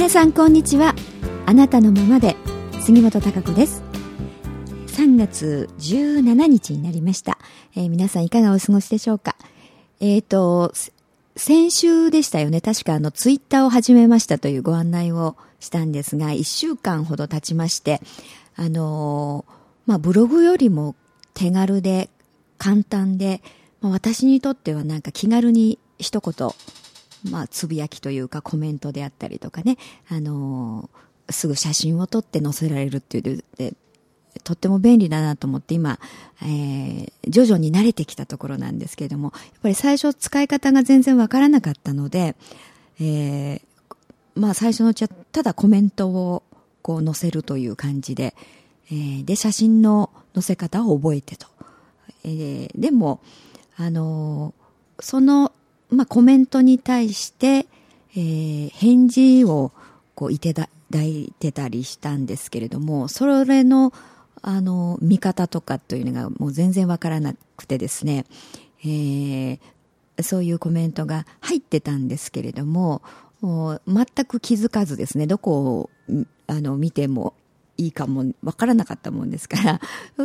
皆さんこんにちは。あなたのままで杉本孝子です。3月17日になりました。皆さんいかがお過ごしでしょうか。先週でしたよね。確かツイッターを始めましたというご案内をしたんですが、1週間ほど経ちまして、ブログよりも手軽で簡単で、私にとってはなんか気軽に一言、つぶやきというかコメントであったりとかね、すぐ写真を撮って載せられるっていうで、とっても便利だなと思って今、徐々に慣れてきたところなんですけれども、やっぱり最初使い方が全然わからなかったので、最初のうちはただコメントをこう載せるという感じで、で写真の載せ方を覚えてと、でもそのコメントに対して、返事をこういただいてたりしたんですけれども、それの見方とかというのがもう全然わからなくてですね、そういうコメントが入ってたんですけれども、全く気づかずですね、どこを見てもいいかもわからなかったもんですから、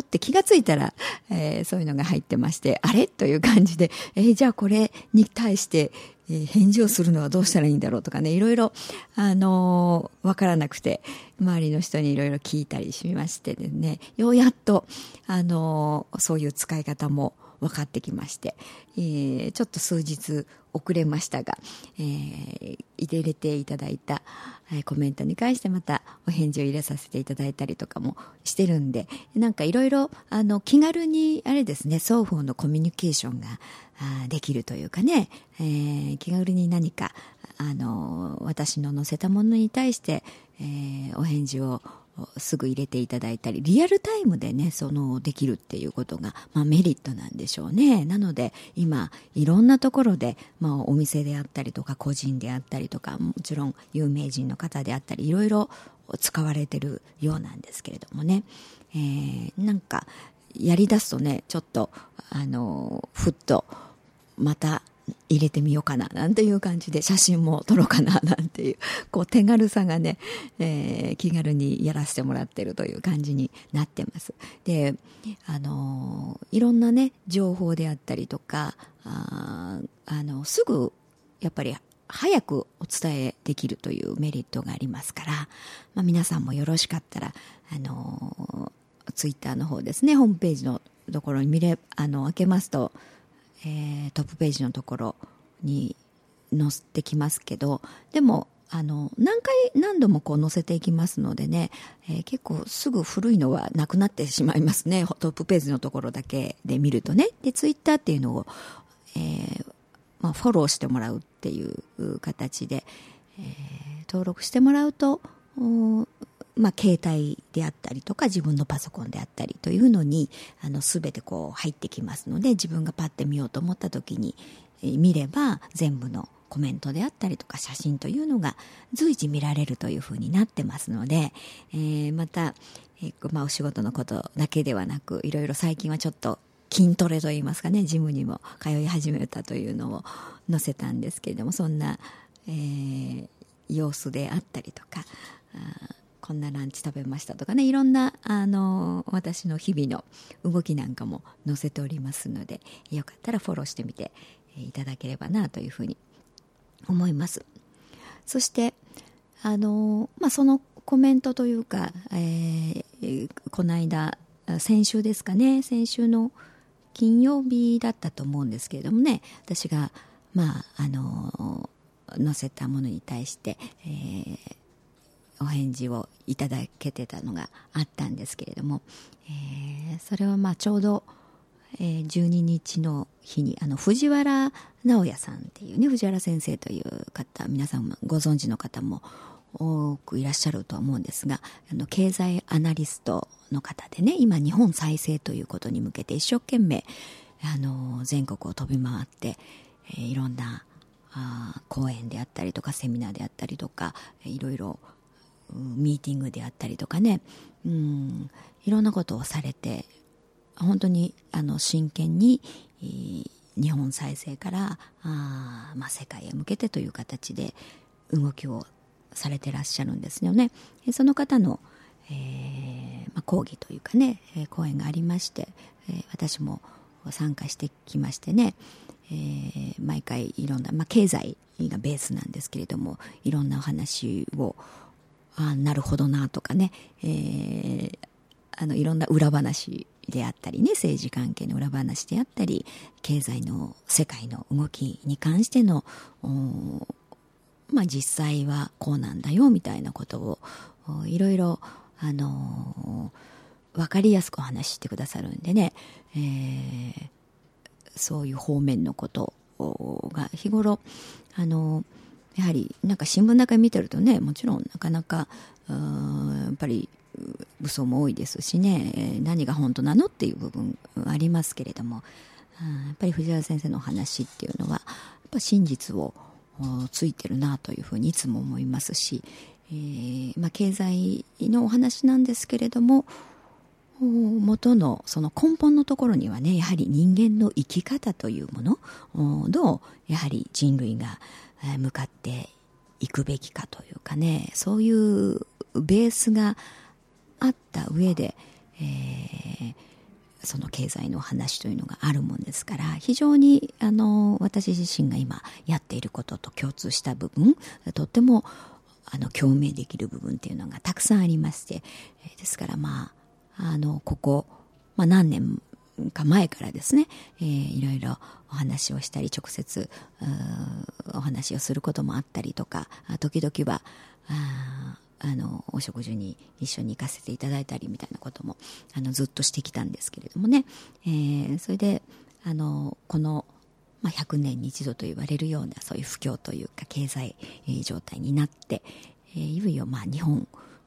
って気がついたら、そういうのが入ってまして、あれという感じで、じゃあこれに対して、返事をするのはどうしたらいいんだろうとかね、いろいろわからなくて、周りの人にいろいろ聞いたりしましてね、ようやっとそういう使い方も分かってきまして、ちょっと数日遅れましたが、入れていただいたコメントに関してまたお返事を入れさせていただいたりとかもしてるんで、なんかいろいろ気軽にあれですね、双方のコミュニケーションができるというかね、気軽に何か私の載せたものに対して、お返事をすぐ入れていただいたり、リアルタイムでねできるっていうことが、メリットなんでしょうね。なので今いろんなところで、お店であったりとか個人であったりとか、もちろん有名人の方であったり、いろいろ使われてるようなんですけれどもね、なんかやり出すとね、ちょっとふっとまた入れてみようかななんていう感じで、写真も撮ろうかななんていう、こう手軽さがね、気軽にやらせてもらってるという感じになってます。で、いろんなね情報であったりとか、すぐやっぱり早くお伝えできるというメリットがありますから、皆さんもよろしかったらツイッターの方ですね、ホームページのところに開けますと、トップページのところに載せてきますけど、でも何度もこう載せていきますのでね、結構すぐ古いのはなくなってしまいますね。トップページのところだけで見るとね。でツイッターっていうのを、フォローしてもらうっていう形で、登録してもらうと、携帯であったりとか自分のパソコンであったりというのに全てこう入ってきますので、自分がパッて見ようと思った時に、見れば全部のコメントであったりとか写真というのが随時見られるというふうになってますので、また、お仕事のことだけではなく、いろいろ最近はちょっと筋トレといいますかね、ジムにも通い始めたというのを載せたんですけれども、そんな、様子であったりとか、こんなランチ食べましたとかね、いろんな私の日々の動きなんかも載せておりますので、よかったらフォローしてみていただければなというふうに思います。そしてそのコメントというか、この間先週ですかね、先週の金曜日だったと思うんですけれどもね、私が載せたものに対して、お返事をいただけてたのがあったんですけれども、それはちょうど、12日の日に藤原直也さんっていうね、藤原先生という方、皆さんもご存知の方も多くいらっしゃるとは思うんですが、経済アナリストの方でね、今日本再生ということに向けて一生懸命全国を飛び回って、いろんな講演であったりとかセミナーであったりとか、いろいろミーティングであったりとかね、いろんなことをされて、本当に真剣に日本再生から世界へ向けてという形で動きをされてらっしゃるんですよね。その方の、講義というかね、講演がありまして、私も参加してきましてね、毎回いろんな、経済がベースなんですけれども、いろんなお話をなるほどなとかね、いろんな裏話であったりね、政治関係の裏話であったり、経済の世界の動きに関しての実際はこうなんだよみたいなことをいろいろ分かりやすくお話ししてくださるんでね、そういう方面のことが日頃やはりなんか新聞なんか見てるとね、もちろんなかなかやっぱり嘘も多いですしね、何が本当なのっていう部分ありますけれども、やっぱり藤原先生のお話っていうのはやっぱ真実をついてるなというふうにいつも思いますし、経済のお話なんですけれども、元のその根本のところにはね、やはり人間の生き方というものどうやはり人類が向かっていくべきかというかね、そういうベースがあった上で、その経済の話というのがあるもんですから、非常に私自身が今やっていることと共通した部分、とっても共鳴できる部分っていうのがたくさんありまして、ですからここ、何年か前からですね、いろいろお話をしたり、直接お話をすることもあったりとか、時々はお食事に一緒に行かせていただいたりみたいなこともずっとしてきたんですけれどもね、それでこの、100年に一度と言われるようなそういう不況というか経済状態になって、いよいよ日本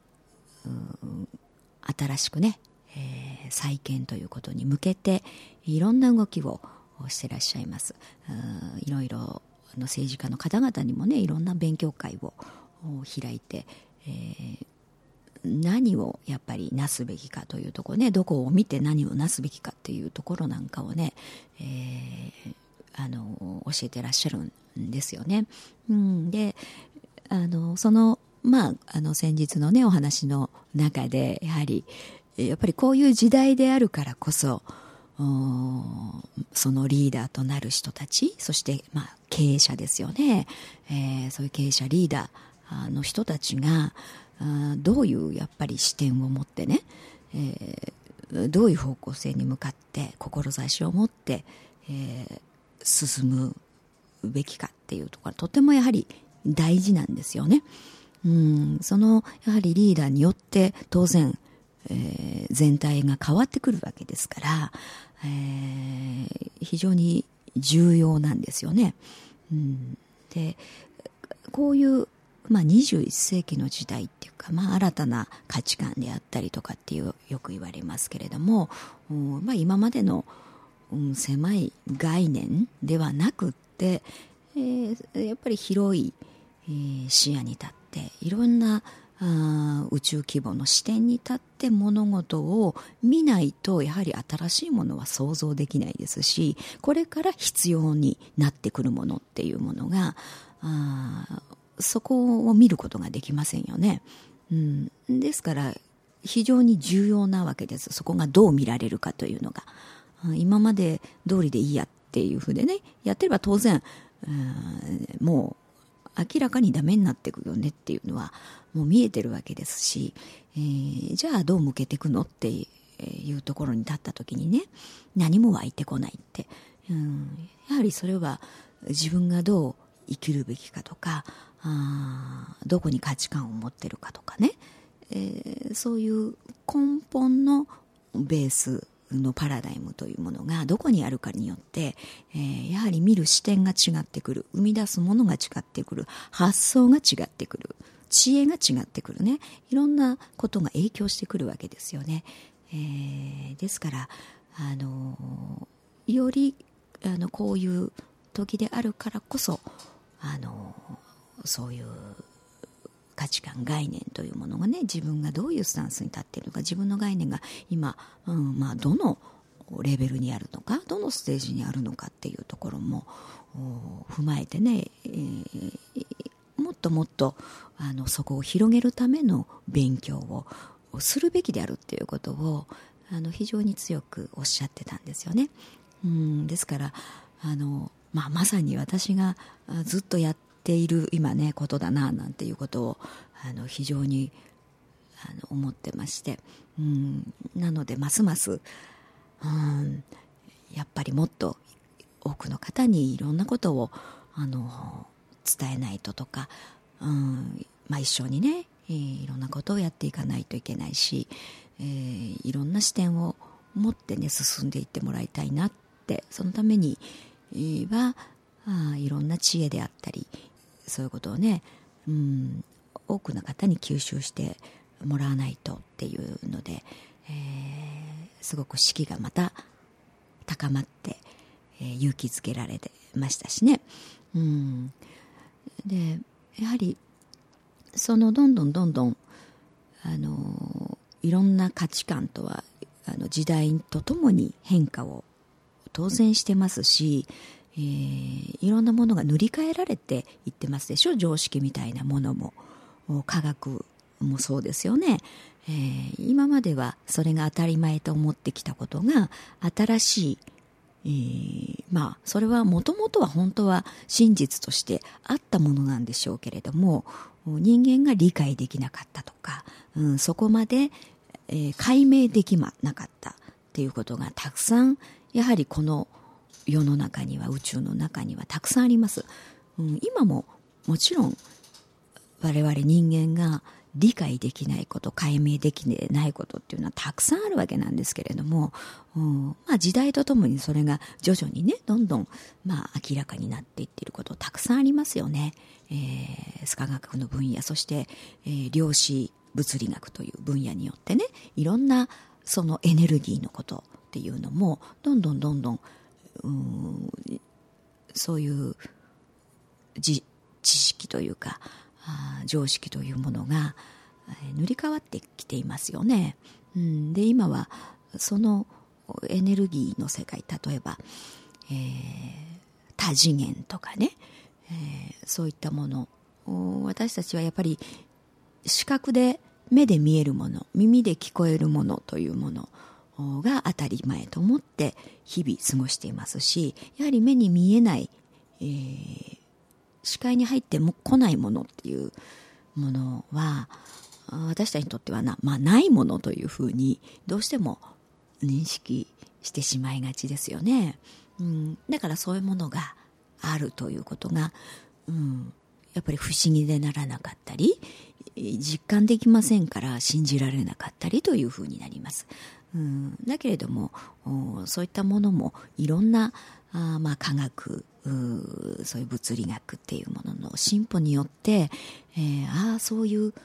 新しくね、再建ということに向けていろんな動きをしてらっしゃいます。いろいろ政治家の方々にもね、いろんな勉強会を開いて、何をやっぱりなすべきかというところね、どこを見て何をなすべきかっていうところなんかをね、教えてらっしゃるんですよね。でその先日のねお話の中でやっぱりこういう時代であるからこそそのリーダーとなる人たち、そして経営者ですよね、そういう経営者リーダーの人たちがどういうやっぱり視点を持ってね、どういう方向性に向かって志を持って、進むべきかっていうところはとてもやはり大事なんですよね。そのやはりリーダーによって当然、全体が変わってくるわけですから、非常に重要なんですよね。でこういう21世紀の時代っていうか、新たな価値観であったりとかっていうよく言われますけれども、今までの、狭い概念ではなくって、やっぱり広い、視野に立っていろんな宇宙規模の視点に立って物事を見ないとやはり新しいものは想像できないですし、これから必要になってくるものっていうものがそこを見ることができませんよね。ですから非常に重要なわけです。そこがどう見られるかというのが、今まで通りでいいやっていうふうでねやってれば当然もう明らかにダメになってくるよねっていうのはもう見えてるわけですし、じゃあどう向けていくのっていうところに立った時にね、何も湧いてこないって、やはりそれは自分がどう生きるべきかとか、どこに価値観を持ってるかとかね、そういう根本のベースのパラダイムというものがどこにあるかによって、やはり見る視点が違ってくる、生み出すものが違ってくる、発想が違ってくる、知恵が違ってくるね、いろんなことが影響してくるわけですよね。ですからよりこういう時であるからこそそういう価値観概念というものがね、自分がどういうスタンスに立っているのか、自分の概念が今、どのレベルにあるのか、どのステージにあるのかっていうところも踏まえてね、もっともっとそこを広げるための勉強をするべきであるっていうことを非常に強くおっしゃってたんですよね。ですからまさに私がずっとやっている今ねことだななんていうことを非常に思ってまして、なのでますますやっぱりもっと多くの方にいろんなことを伝えないととか、一緒にねいろんなことをやっていかないといけないし、いろんな視点を持ってね進んでいってもらいたいなって、そのためにはいろんな知恵であったりそういうことをね、多くの方に吸収してもらわないとっていうので、すごく士気がまた高まって、勇気づけられてましたしね。でやはりどんどんいろんな価値観とは時代とともに変化を当然してますし、いろんなものが塗り替えられていってますでしょ。常識みたいなものも科学もそうですよね。今まではそれが当たり前と思ってきたことが新しい、それはもともとは本当は真実としてあったものなんでしょうけれども、人間が理解できなかったとか、そこまで、解明できなかったっていうことがたくさんやはりこの世の中には、宇宙の中にはたくさんあります。今ももちろん我々人間が理解できないこと、解明できないことっていうのはたくさんあるわけなんですけれども、時代とともにそれが徐々にねどんどん明らかになっていっていることたくさんありますよね。科学の分野、そして、量子物理学という分野によってね、いろんなそのエネルギーのことっていうのもどんどんそういう知識というか常識というものが塗り替わってきていますよね。で今はそのエネルギーの世界、例えば、多次元とかね、そういったもの、私たちはやっぱり視覚で目で見えるもの、耳で聞こえるものというものが当たり前と思って日々過ごしていますし、やはり目に見えない、視界に入っても来ないものっていうものは私たちにとってはないものというふうにどうしても認識してしまいがちですよね。だからそういうものがあるということが、やっぱり不思議でならなかったり、実感できませんから信じられなかったりというふうになります。だけれどもそういったものもいろんな科学、そういう物理学っていうものの進歩によって、そういう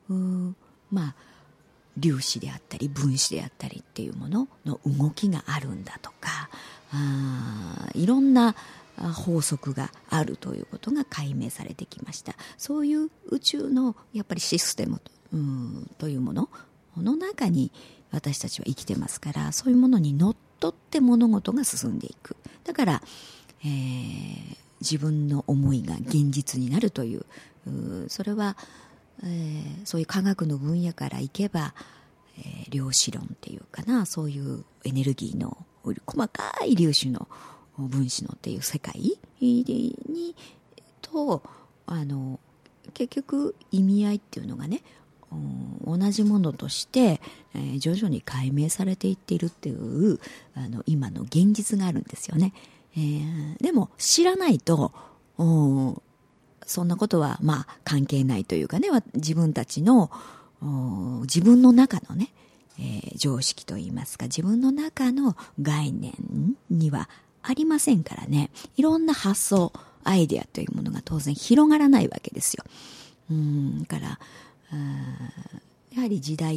粒子であったり分子であったりっていうものの動きがあるんだとか、いろんな法則があるということが解明されてきました。そういう宇宙のやっぱりシステムというものの中に私たちは生きてますから、そういうものにのっとって物事が進んでいく。だから、自分の思いが現実になるという、それは、そういう科学の分野からいけば、量子論っていうかな、そういうエネルギーの細かい粒子の分子のっていう世界にと結局意味合いっていうのがね、同じものとして、徐々に解明されていっているっていう今の現実があるんですよね。でも知らないとそんなことは関係ないというかね、自分たちの自分の中のね、常識といいますか、自分の中の概念にはありませんからね、いろんな発想アイデアというものが当然広がらないわけですよ。だからやはり時代って、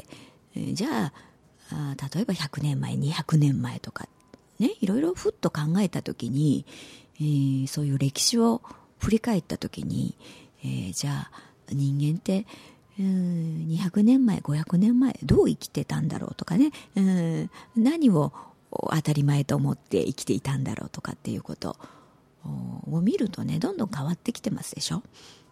じゃあ例えば100年前200年前とかね、いろいろふっと考えたときに、そういう歴史を振り返ったときに、じゃあ人間って200年前500年前どう生きてたんだろうとかね、何を当たり前と思って生きていたんだろうとかっていうことを見るとね、どんどん変わってきてますでしょ。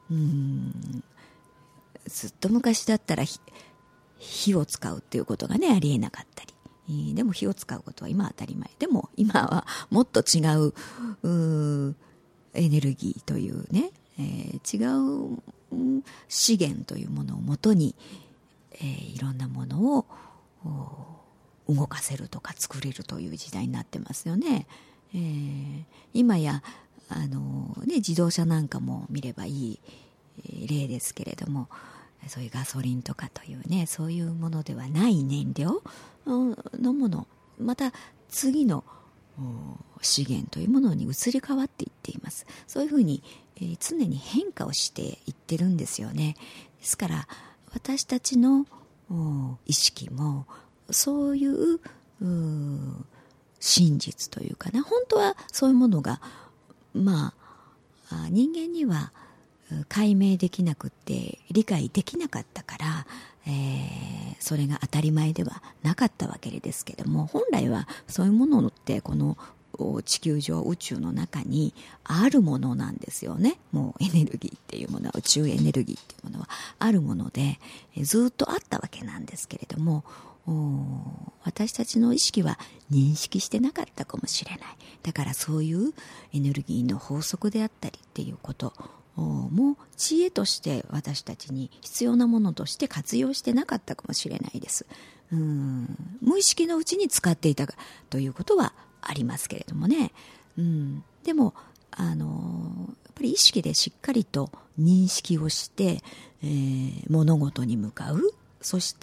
ずっと昔だったら火を使うっていうことがねありえなかったり、でも火を使うことは今は当たり前。でも今はもっと違う、エネルギーというね、違う資源というものをもとに、いろんなものを動かせるとか作れるという時代になってますよね。今や自動車なんかも見ればいい例ですけれども、そういうガソリンとかというね、そういうものではない燃料のもの、また次の資源というものに移り変わっていっています。そういうふうに、常に変化をしていってるんですよね。ですから私たちの意識もそういう真実というかな、本当はそういうものが人間には解明できなくって理解できなかったから、それが当たり前ではなかったわけですけども、本来はそういうものってこの地球上宇宙の中にあるものなんですよね。もうエネルギーっていうものは、宇宙エネルギーっていうものはあるもので、ずっとあったわけなんですけれども、私たちの意識は認識してなかったかもしれない。だからそういうエネルギーの法則であったりっていうことも知恵として私たちに必要なものとして活用してなかったかもしれないです。無意識のうちに使っていたということはありますけれどもね。でもやっぱり意識でしっかりと認識をして、物事に向かう。そして、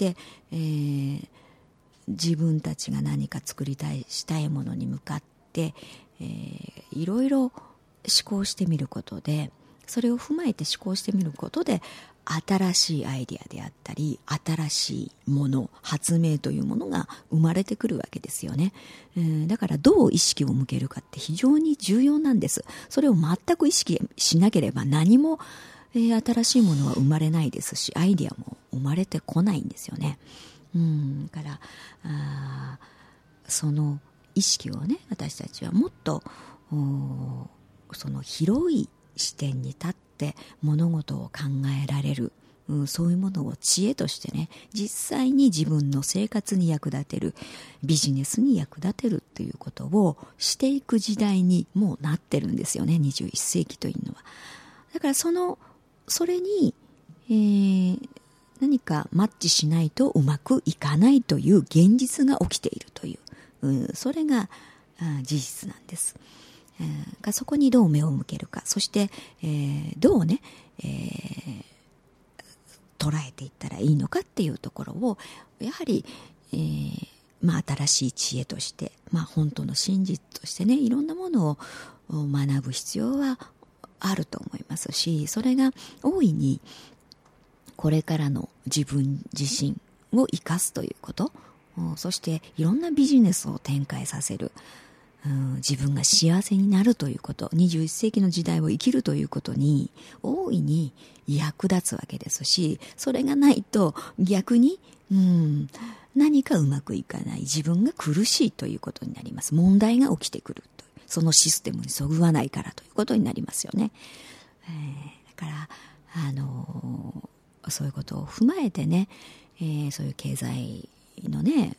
自分たちが何か作りたいしたいものに向かって、いろいろ思考してみることで、それを踏まえて思考してみることで新しいアイデアであったり新しいもの、発明というものが生まれてくるわけですよね。だからどう意識を向けるかって非常に重要なんです。それを全く意識しなければ何も、新しいものは生まれないですし、アイデアも生まれてこないんですよね。だからその意識をね、私たちはもっとその広い視点に立って物事を考えられる、そういうものを知恵としてね、実際に自分の生活に役立てる、ビジネスに役立てるっていうことをしていく時代にもうなってるんですよね、21世紀というのは。だからそれに、何かマッチしないとうまくいかないという現実が起きているという、それが事実なんです。そこにどう目を向けるか、そして、どうね、捉えていったらいいのかっていうところをやはり、新しい知恵として、本当の真実としてね、いろんなものを学ぶ必要はあると思いますし、それが大いにこれからの自分自身を生かすということ、そしていろんなビジネスを展開させる、自分が幸せになるということ、21世紀の時代を生きるということに大いに役立つわけですし、それがないと逆に、何かうまくいかない、自分が苦しいということになります。問題が起きてくると、そのシステムにそぐわないからということになりますよね。だからそういうことを踏まえてね、そういう経済のね、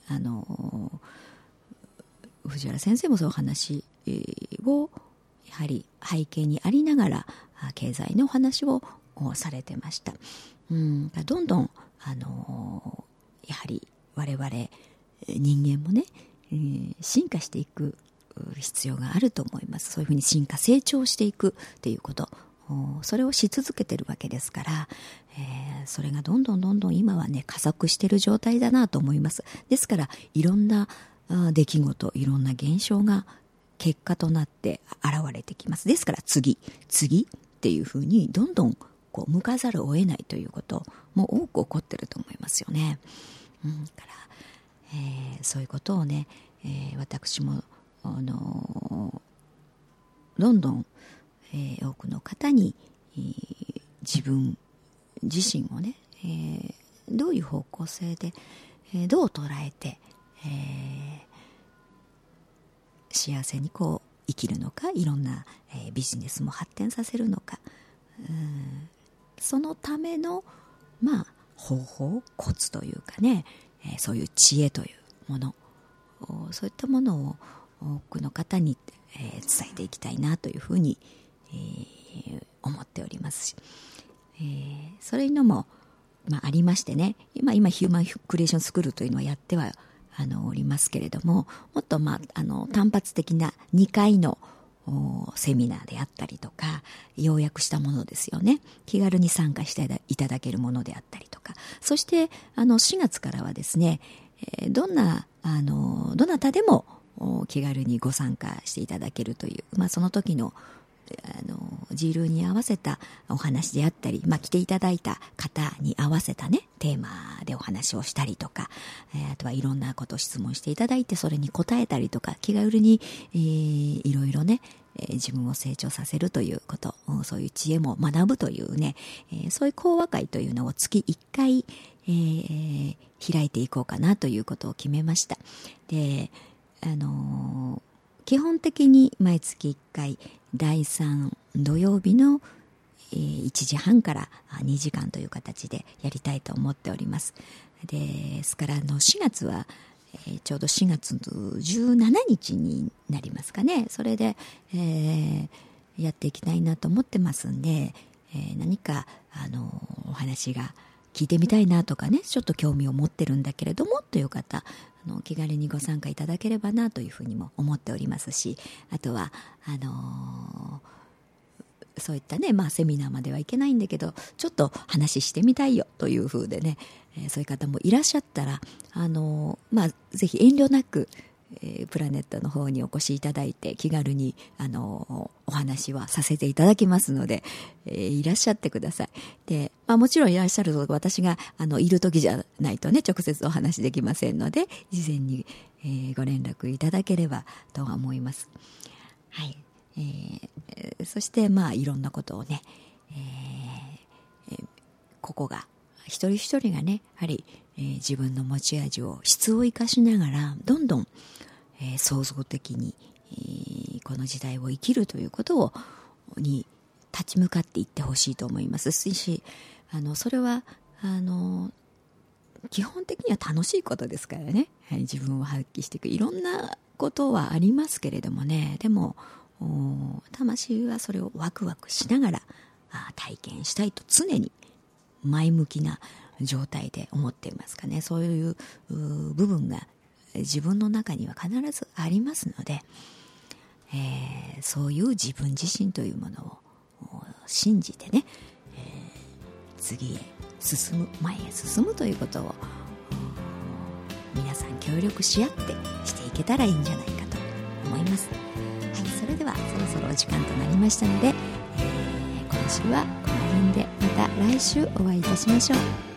藤原先生もそういう話をやはり背景にありながら経済のお話をされてました。どんどんやはり我々人間もね、進化していく必要があると思います。そういうふうに進化成長していくっていうこと、それをし続けてるわけですから、それがどんどん今はね加速している状態だなと思います。ですからいろんな出来事、いろんな現象が結果となって現れてきます。ですから次っていうふうにどんどんこう向かざるを得ないということも多く起こってると思いますよね。だから、そういうことをね、私もどんどん、多くの方に、自分自身をね、どういう方向性で、どう捉えて、幸せにこう生きるのか、いろんな、ビジネスも発展させるのか、 そのための、方法、コツというかね、そういう知恵というもの、そういったものを多くの方に、伝えていきたいなというふうに、思っておりますし、そういうのも、ありましてね、今ヒューマンクリエーションスクールというのはやってはおりますけれども、もっと、単発的な2回のセミナーであったりとか、要約したものですよね、気軽に参加していただけるものであったりとか、そして4月からはですね、どなたでも気軽にご参加していただけるという、その時のジールに合わせたお話であったり、来ていただいた方に合わせたねテーマでお話をしたりとか、あとはいろんなことを質問していただいて、それに答えたりとか、気軽に、いろいろね、自分を成長させるということ、そういう知恵も学ぶというね、そういう講話会というのを月1回、開いていこうかなということを決めました。で、基本的に毎月1回第3土曜日の1時半から2時間という形でやりたいと思っております。ですから4月はちょうど4月17日になりますかね。それで、やっていきたいなと思ってますんで、何かお話が聞いてみたいなとかね、ちょっと興味を持ってるんだけれどもという方、気軽にご参加いただければなというふうにも思っておりますし、あとはそういったね、セミナーまではいけないんだけど、ちょっと話してみたいよというふうでね、そういう方もいらっしゃったら、ぜひ遠慮なく、プラネットの方にお越しいただいて、気軽にお話はさせていただきますので、いらっしゃってください。で、もちろんいらっしゃると私がいる時じゃないとね、直接お話できませんので、事前に、ご連絡いただければとは思います。はい。そしていろんなことをね、ここが一人一人がね、やはり、自分の持ち味を質を生かしながらどんどん、創造的に、この時代を生きるということに立ち向かっていってほしいと思いますし、それは基本的には楽しいことですからね、自分を発揮していく、いろんなことはありますけれどもね、でも魂はそれをワクワクしながら体験したいと常に前向きな状態で思っていますかね。そういう部分が自分の中には必ずありますので、そういう自分自身というものを信じてね、次へ進む、前へ進むということを皆さん協力し合ってしていけたらいいんじゃないかと思います。はい、それではそろそろお時間となりましたので、今週はこの辺で、また来週お会いいたしましょう。